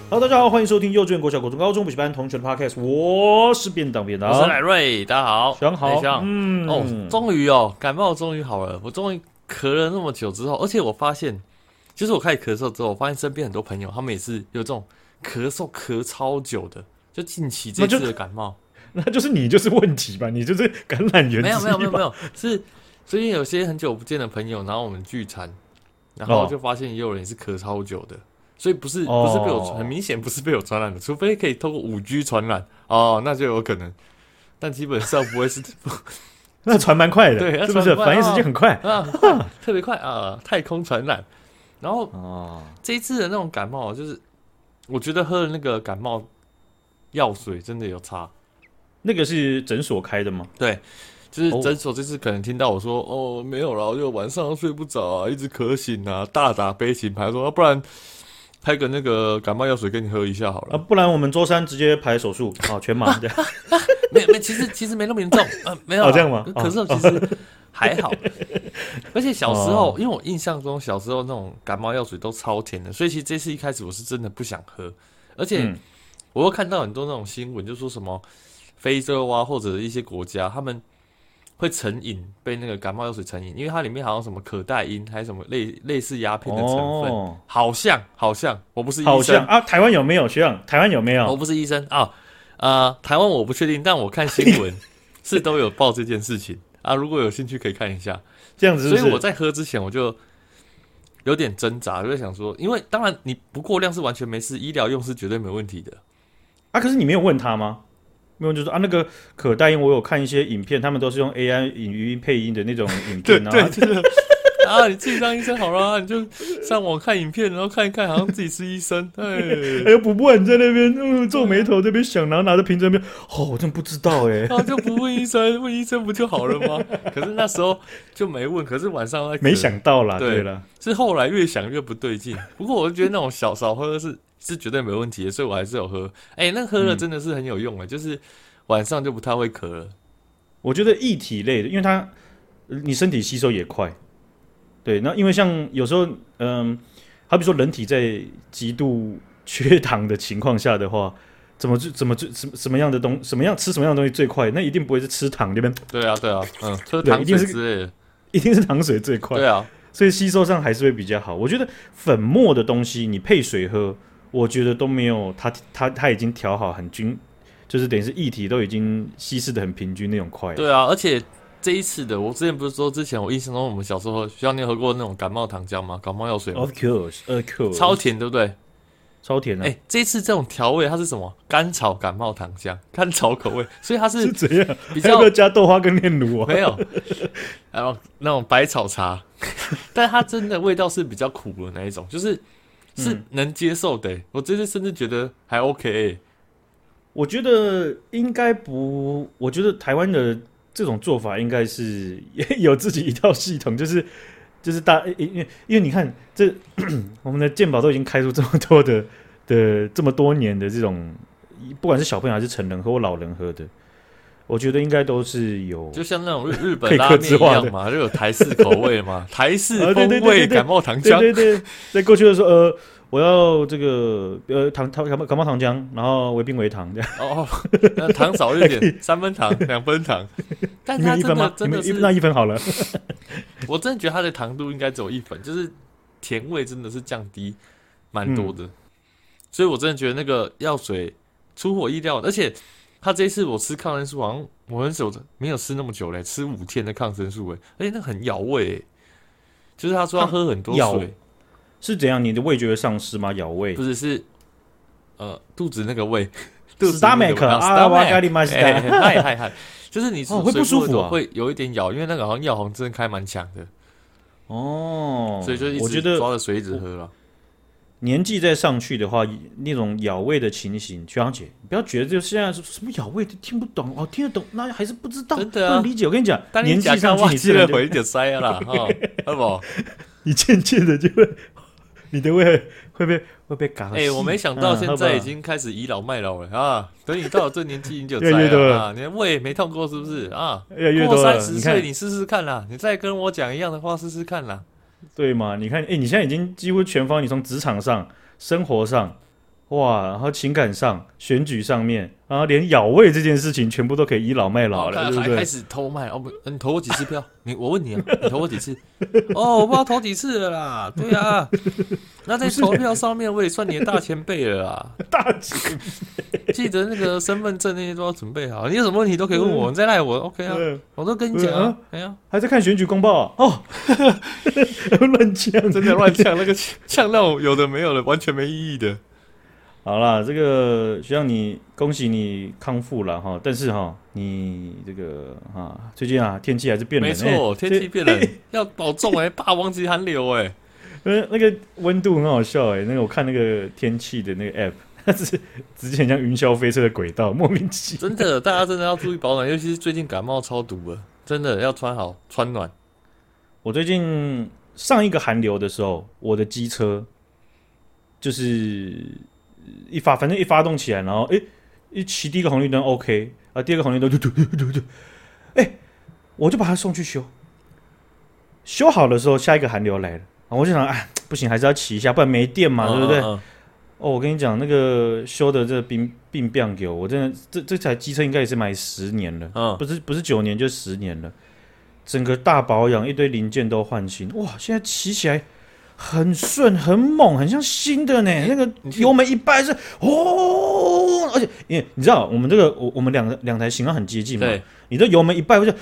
Hello，大家好，欢迎收听幼稚园、国小、国中、高中补习班同学的 Podcast， 我是便当， 我是乃瑞，大家好， 想好， 终于感冒终于好了，我终于咳了那么久之后，而且我发现，就是我开始咳嗽之后，我发现身边很多朋友他们也是有这种咳嗽咳超久的，就近期这次的感冒， 那就是你就是问题吧，你就是感染源之一吧。 没有，是最近有些很久不见的朋友，然后我们聚餐，然后就发现也有人也是咳超久的。所以不是被我很明显不是被我传染的，除非可以透过5G 传染那就有可能，但基本上不会是那传蛮快的， 对， 是不是？反应时间很快特别快太空传染。然后这一次的那种感冒，就是我觉得喝的那个感冒药水真的有差。 那个是诊所开的吗？ 对，就是诊所这次可能听到我说没有啦，我就晚上睡不着一直咳醒大打悲情牌说不然开个那个感冒药水给你喝一下好了不然我们周三直接排手术全麻这样。 没，其实没那么严重没有这样吗？ 咳嗽其实还好，而且小时候因为我印象中小时候那种感冒药水都超甜的，所以其实这次一开始我是真的不想喝，而且我又看到很多那种新闻，就说什么非洲或者一些国家他们会成瘾，被那个感冒药水成瘾，因为它里面好像什么可待因，还是什么类似鸦片的成分，好像，我不是医生， 好像台湾有没有？学长，台湾有没有？ 我不是医生台湾我不确定，但我看新闻是都有报这件事情如果有兴趣可以看一下， 这样子是不是。 所以我在喝之前我就有点挣扎，就在想说，因为当然你不过量是完全没事，医疗用是绝对没问题的可是你没有问他吗？没有，就是那个可待因，我有看一些影片，他们都是用 AI 语音配音的那种影片对，真的你自己当医生好了你就上网看影片，然后看一看，好像自己是医生。 不然在那边皱眉头，这边想，然后拿着瓶子那边，我真不知道就不问医生，问医生不就好了吗？可是那时候就没问，可是晚上没想到啦，对啦， 是后来越想越不对劲。不过我就觉得那种少喝是绝对没问题的，所以我还是有喝。那喝了真的是很有用就是晚上就不太会咳了。 我觉得液体类的，因为它你身体吸收也快。对，那因为像有时候，好比说人体在极度缺糖的情况下的话，什么样的吃什么样的东西最快？那一定不会是吃糖那边。 对啊，喝糖水之类的， 一定是糖水最快。 对啊， 所以吸收上还是会比较好。我觉得粉末的东西你配水喝，我觉得都没有它已经调好很均，就是等于是液体都已经稀释的很平均那种快。 对啊，而且这一次的，我之前不是说之前我印象中我们小时候学校你有喝过那种感冒糖浆吗？感冒药水吗 ？Of course， 超甜，对不对？ 超甜的。 这一次这种调味它是什么？甘草感冒糖浆，甘草口味，所以它是怎样？ 比较要不要加豆花跟炼乳没有，然后那种百草茶，但它真的味道是比较苦的那一种，是能接受的。我这次甚至觉得还 OK。 我觉得应该不，我觉得台湾的这种做法应该是有自己一套系统，就是因为你看我们的健保都已经开出这么多的这么多年的这种，不管是小朋友还是成人喝或老人喝的，我觉得应该都是有， 就像那种日本拉面一样嘛，就有台式口味嘛，台式风味感冒糖浆。 对，在过去的时候，我要这个感冒糖浆，然后微冰微糖这样。 那糖少一点，3分糖2分糖，但它真的是那1分好了。 我真的觉得它的糖度应该只有1分，就是甜味真的是降低蛮多的，所以我真的觉得那个药水出乎我意料，而且他这一次我吃抗生素，好像我很久没有吃那么久嘞，吃5天的抗生素而且那很咬胃就是他说要喝很多水。 是怎样？你的味觉会丧失吗？咬胃？ 不是，是肚子那个胃。 stomach 哇咖喱玛西达， 嗨，就是你会不舒服会有一点咬，因为那个好像药好像真的开蛮强的。 所以就一直抓着水一直喝了。 年纪再上去的话，那种咬胃的情形，学长姐不要觉得就现在什么咬胃听不懂听得懂，那还是不知道， 真的不能理解。我跟你讲，年纪上去，你自然回一点塞啦，好不好？ 你渐渐的就会，你的胃会被嘎。 我没想到现在已经开始倚老卖老了等你到了这年纪，你就栽了你的胃没痛过是不是越来越多了。 过30岁你试试看啦，你再跟我讲一样的话试试看啦。 对嘛？你看，你现在已经几乎全方，你从职场上、生活上， 哇，然后情感上、选举上面，然后连咬味这件事情，全部都可以倚老卖老了，对不对？ 开始偷卖哦，不，你投过几次票？我问你啊，你投过几次？哦，我不知道投几次了啦。对啊，那在投票上面我也算你的大前辈了啦。 大前辈， 记得那个身份证那些都要准备好，你有什么问题都可以问我，你再赖我 OK 啊，我都跟你讲啊。哎呀， 还在看选举公报啊？哦，乱呛， 真的乱呛，那个呛那种有的没有的，完全没意义的。 好啦，这个希望你恭喜你康复了哈，但是哈，你这个最近天气还是变冷， 没错，天气变冷，要保重霸王级寒流那个温度很好笑那个我看那个天气的那个 app， 它是直接很像云霄飞车的轨道，莫名其妙。 真的，大家真的要注意保暖，尤其是最近感冒超毒了，真的要穿好穿暖。 我最近上一个寒流的时候，我的机车就是反正一发动起来，然后一骑第一个红绿灯 OK 啊，第二个红绿灯我就把它送去修。修好的时候，下一个寒流来了，我就想不行，还是要骑一下，不然没电嘛，对不对？我跟你讲，那个修的这病变给我真的，这台机车应该也是买10年了，不是9年就10年了，整个大保养，一堆零件都换新，哇！现在骑起来很顺很猛，很像新的呢。那个油门一掰是而且因为你知道我们这个我们两台型号很接近嘛，你这油门一掰就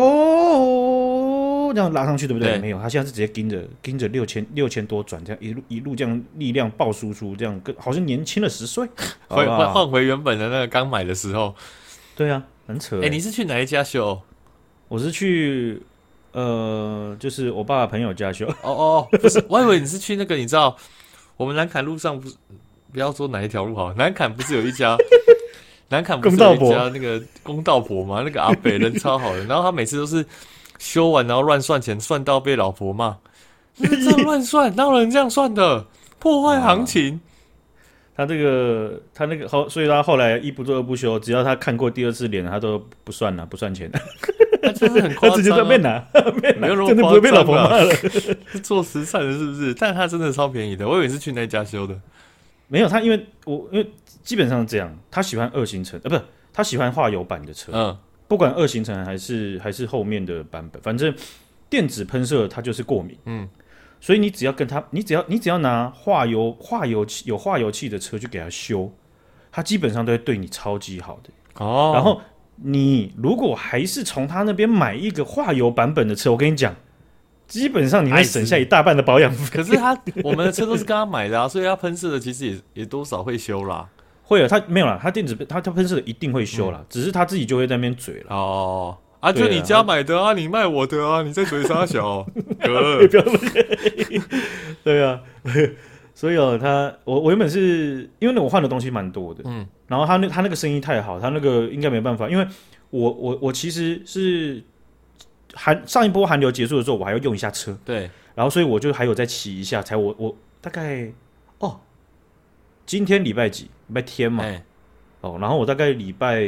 这样拉上去，对不对？没有，他现在是直接跟着6000多转，这样一路这样力量爆输出，这样好像年轻了10岁， 换回原本的那个刚买的时候。 对啊，很扯。 你是去哪一家修？ 我是去就是我爸爸朋友家修。 不是，我以为你是去那个，你知道我们南坎路上不要说哪一条路好，南坎不是有一家南坎不是有一家那个公道婆吗？那个阿北人超好的，然后他每次都是修完然后乱算钱，算到被老婆骂，这样乱算，哪有人这样算的？破坏行情。 他那个所以他后来一不做二不休，只要他看过第二次脸，他都不算了，不算钱。 他就是很夸张， 他直接在被拿， 没有那么真的不会被老婆骂了。 是做慈善的，是不是？但他真的超便宜的，我以为是去那家修的。 没有他，因为基本上这样，他喜欢2行程，不是他喜欢化油版的车，不管2行程还是后面的版本，反正电子喷射他就是过敏，所以你只要跟他，你只要拿化油器的车去给他修，他基本上都会对你超级好的。然后你如果还是从他那边买一个化油版本的车，我跟你讲，基本上你会省下一大半的保养费。 可是我们的车都是跟他买的所以他喷射的其实也多少会修啦。 会他没有啦，他他喷射的一定会修啦，只是他自己就会在那边嘴了。 就你家买的你卖我的你在嘴啥小哥？ 对啊，所以我原本是因为我换的东西蛮多的，然后他那个生意太好，他那个应该没办法，因为我其实是上一波寒流结束的时候，我还要用一下车， 对， 然后所以我就还有再骑一下，才我大概今天礼拜天嘛，然后我大概礼拜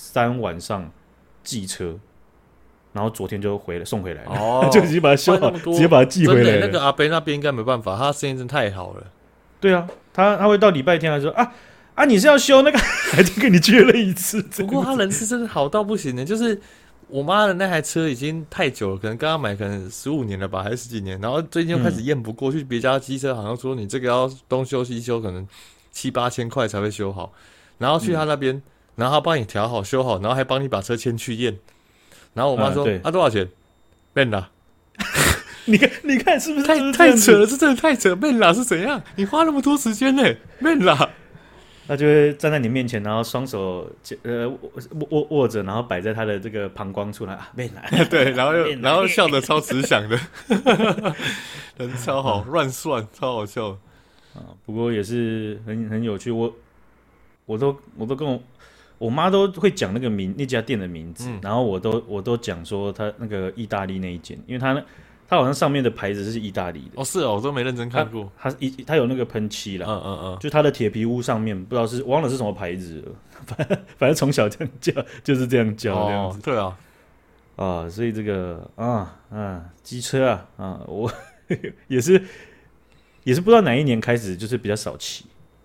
3晚上寄车。然后昨天就送回来了，就直接把它修好，直接把它寄回来了。 真的，那个阿北那边应该没办法，他生意真太好了。 对啊，他会到礼拜天来说你是要修那个，还是跟你确认一次。 不过他人是真的好到不行的，就是我妈的那台车已经太久了，可能刚刚买可能15年了吧，还是10几年，然后最近又开始验不过去，别家机车好像说你这个要东修西修，可能7、8千块才会修好，然后去他那边，然后他帮你调好修好，然后还帮你把车牵去验。然后我妈说多少钱？变啦！ 你看是不是太扯了？这真的太扯！变啦是怎样？你花那么多时间呢？变啦！ 他就会站在你面前，然后双手握着，然后摆在他的这个膀胱处来变啦。 对，然后笑得超慈祥的，人超好，乱算超好笑不过也是很有趣，我都跟我妈都会讲那家店的名字，然后我都讲说他那个意大利那一间，因为他好像上面的牌子是意大利的。 是我都没认真看过。 他有那个喷漆啦，就他的铁皮屋上面不知道我忘了是什么牌子了，反正从小这样叫，就是这样叫这样子。 对啊， 所以这个机车我也是不知道哪一年开始就是比较少骑。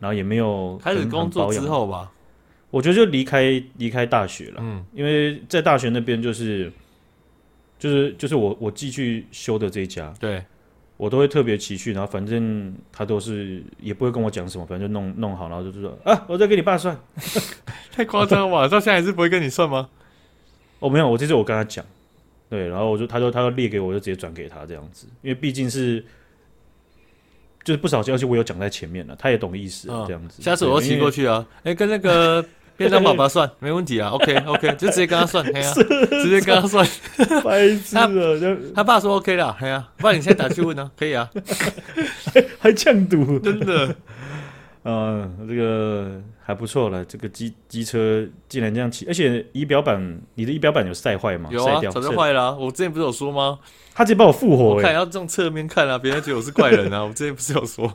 然后也没有开始工作之后吧， 我觉得就离开大学了，因为在大学那边就是我继续修的这一家， 对， 我都会特别期去，然后反正他都是也不会跟我讲什么，反正就弄好，然后就说啊，我再给你爸算， 太夸张了吧？到现在还是不会跟你算吗？ 哦，没有，我这次我跟他讲，对，然后他就列给我，我就直接转给他这样子，因为毕竟是就是不少消息我有讲在前面了，他也懂意思，这样子。 下次我骑过去啊，跟那个便当爸爸算，没问题啊 ，OK， 就直接跟他算，嘿啊，直接跟他算， 白痴啊！ 他爸说 OK 啦，嘿啊，不然你现在打去问啊，可以啊， 还呛赌， 真的。 这个还不错了。这个机车竟然这样骑，而且仪表板，你的仪表板有晒坏吗？ 有啊，早就坏了。我之前不是有说吗？ 他直接帮我复活。 我看要从侧面看啊，别人觉得我是怪人啊。我之前不是有说，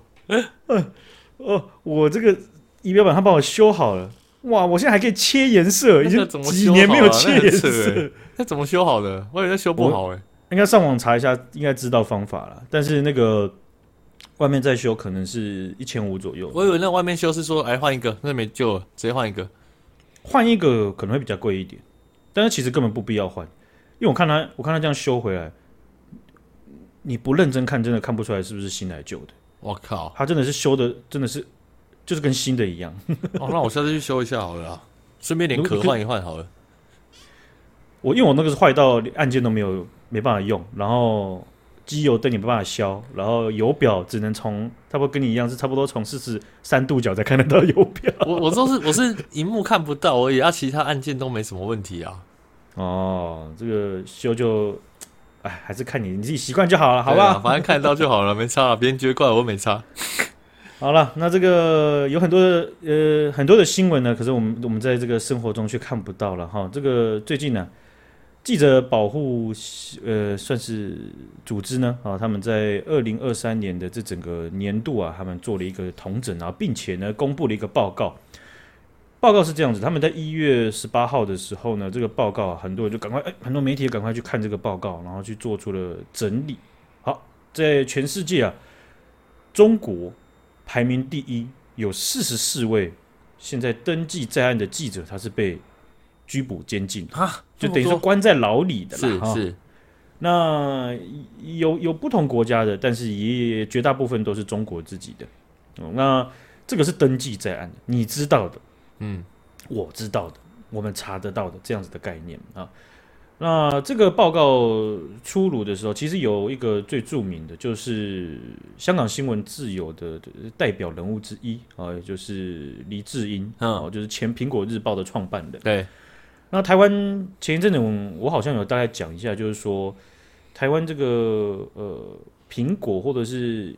我这个仪表板他帮我修好了。哇，我现在还可以切颜色，已经几年没有切颜色。 那怎么修好的？我以为修不好应该上网查一下，应该知道方法了。但是那个。外面再修可能是1500左右， 我以为那外面修是说，哎，换一个，那没救了，直接换一个。 换一个可能会比较贵一点，但是其实根本不必要换，因为我看他这样修回来，你不认真看，真的看不出来是不是新来旧的。 我靠， 他真的是修的，真的是就是跟新的一样。 那我下次去修一下好了，顺便连壳换一换好了。 因为我那个是坏到按键都没办法用，然后。机油灯也没办法消，然后油表只能从差不多跟你一样是差不多从43度角才看得到油表。 我是荧幕看不到而已，其他按键都没什么问题啊。 哦，这个修就，还是看你自己习惯就好了，好吧？ 反正看得到就好了，没差了，别人觉得怪我没差。 好了，那这个有很多的新闻呢，可是我们在这个生活中却看不到了哈。这个最近呢。记者保护算是组织呢他们在2023年的这整个年度他们做了一个统整并且呢公布了一个报告。报告是这样子，他们在1月18号的时候呢，这个报告很多人就赶快很多媒体赶快去看这个报告，然后去做出了整理。好，在全世界中国排名第一，有44位现在登记在案的记者，他是被拘捕监禁就等于说关在牢里的啦。 是。 那有不同国家的，但是也绝大部分都是中国自己的。那这个是登记在案的，你知道的，我知道的，我们查得到的这样子的概念啊。那这个报告出炉的时候，其实有一个最著名的，就是香港新闻自由的代表人物之一也就是黎智英，就是前苹果日报的创办人。 对。 那台湾前一阵子我好像有大概讲一下，就是说台湾这个苹果或者是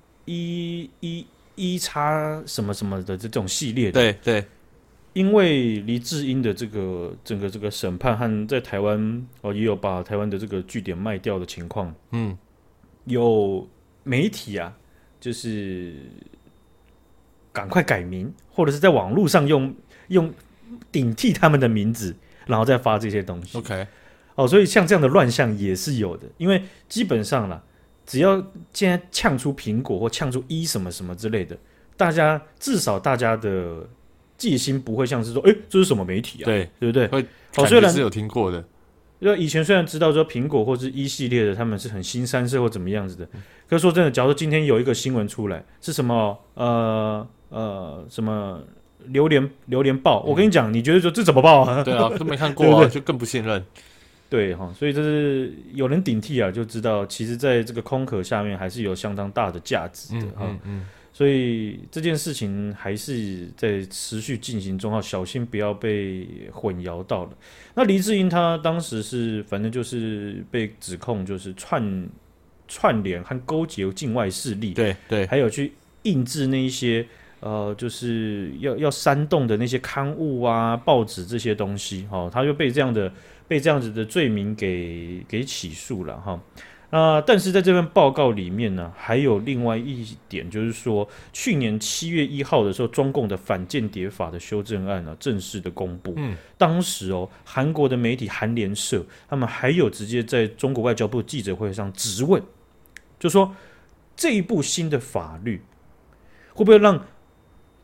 一叉什么什么的这种系列的，对， 因为黎智英的这个整个这个审判和在台湾也有把台湾的这个据点卖掉的情况，有媒体就是赶快改名，或者是在网络上用顶替他们的名字。然后再发这些东西 ，OK， 所以像这样的乱象也是有的，因为基本上啦，只要现在呛出苹果或呛出什么什么之类的，至少大家的戒心不会像是说，这是什么媒体啊？ 对不对？ 会， 虽然是有听过的， 因为以前虽然知道说苹果或是系列的他们是很新三色或怎么样子的，可是说真的，假如说今天有一个新闻出来是什么什么。榴莲报，我跟你讲，你觉得说这怎么报啊？ 对啊，都没看过对就更不信任。 对所以这是有人顶替就知道其实在这个空壳下面还是有相当大的价值的所以这件事情还是在持续进行中小心不要被混淆到了。那黎智英他当时是反正就是被指控就是串联和勾结境外势力， 对， 还有去印制那一些就是要煽动的那些刊物报纸这些东西，他就被这样子的罪名给起诉了但是在这份报告里面呢，还有另外一点，就是说去年7月1号的时候，中共的反间谍法的修正案正式的公布。当时韩国的媒体韩联社，他们还有直接在中国外交部记者会上质问，就说这一部新的法律会不会让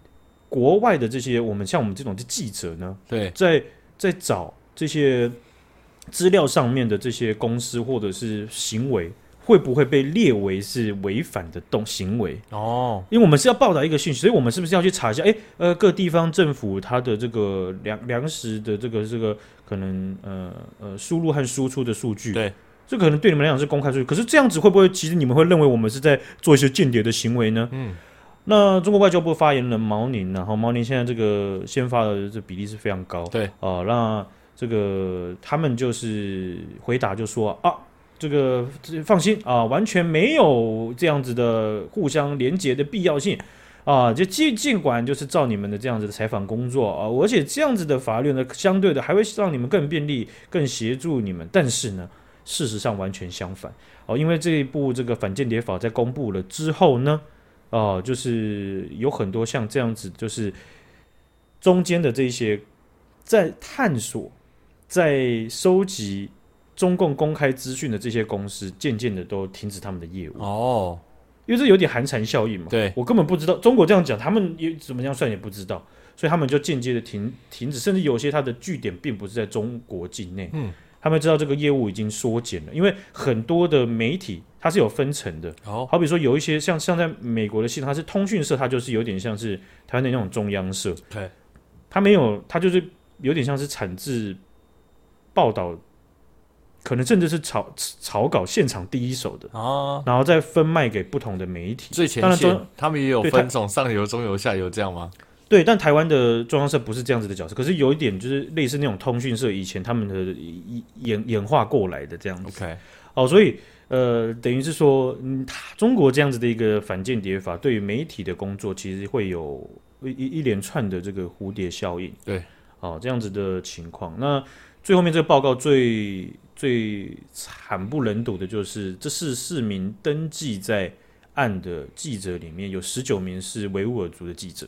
国外的这些像我们这种记者呢， 对， 在找这些资料上面的这些公司或者是行为，会不会被列为是违反的行为？哦，因为我们是要报道一个讯息，所以我们是不是要去查一下？各地方政府它的这个粮食的这个可能输入和输出的数据， 对， 这可能对你们来讲是公开数据，可是这样子会不会其实你们会认为我们是在做一些间谍的行为呢？那中国外交部发言人毛宁，然后毛宁现在这个先发的这比例是非常高， 对那这个他们就是回答就说这个放心完全没有这样子的互相连结的必要性就尽管就是照你们的这样子的采访工作而且这样子的法律呢，相对的还会让你们更便利、更协助你们，但是呢，事实上完全相反因为这一部这个反间谍法在公布了之后呢。就是有很多像这样子，就是中间的这些在探索、在收集中共公开资讯的这些公司，渐渐的都停止他们的业务因为这有点寒蝉效应嘛。 对， 我根本不知道中国这样讲，他们怎么样算也不知道，所以他们就间接的停止，甚至有些它的据点并不是在中国境内。他们知道这个业务已经缩减了，因为很多的媒体它是有分层的。好比说有一些像在美国的系统，它是通讯社，它就是有点像是台湾的那种中央社。 对， 它没有，它就是有点像是产制报道，可能甚至是草稿现场第一手的然后再分卖给不同的媒体。 最前线，他们也有分种上游、中游、下游这样吗？ 对，但台湾的中央社不是这样子的角色，可是有一点就是类似那种通讯社以前他们的演化过来的这样子。 OK， 所以等于是说，中国这样子的一个反间谍法，对于媒体的工作其实会有一连串的这个蝴蝶效应。 对， 这样子的情况。那最后面这个报告最惨不忍睹的就是，这4名登记在案的记者里面，有19名是维吾尔族的记者。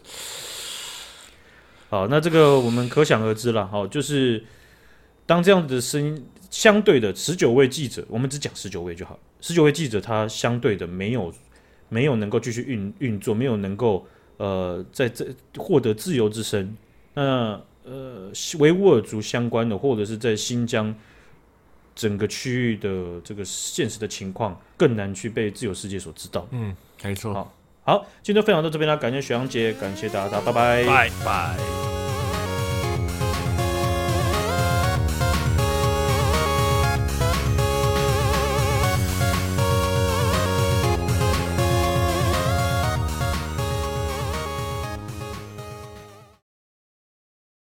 好，那这个我们可想而知了。就是当这样的声音相对的19位记者，我们只讲19位就好。19位记者他相对的没有能够继续运作，没有能够在这获得自由之声。那维吾尔族相关的，或者是在新疆整个区域的这个现实的情况，更难去被自由世界所知道。 没错。 好，今天就分享到这边啦，感谢许阳姐，感谢大家，拜拜， 拜拜。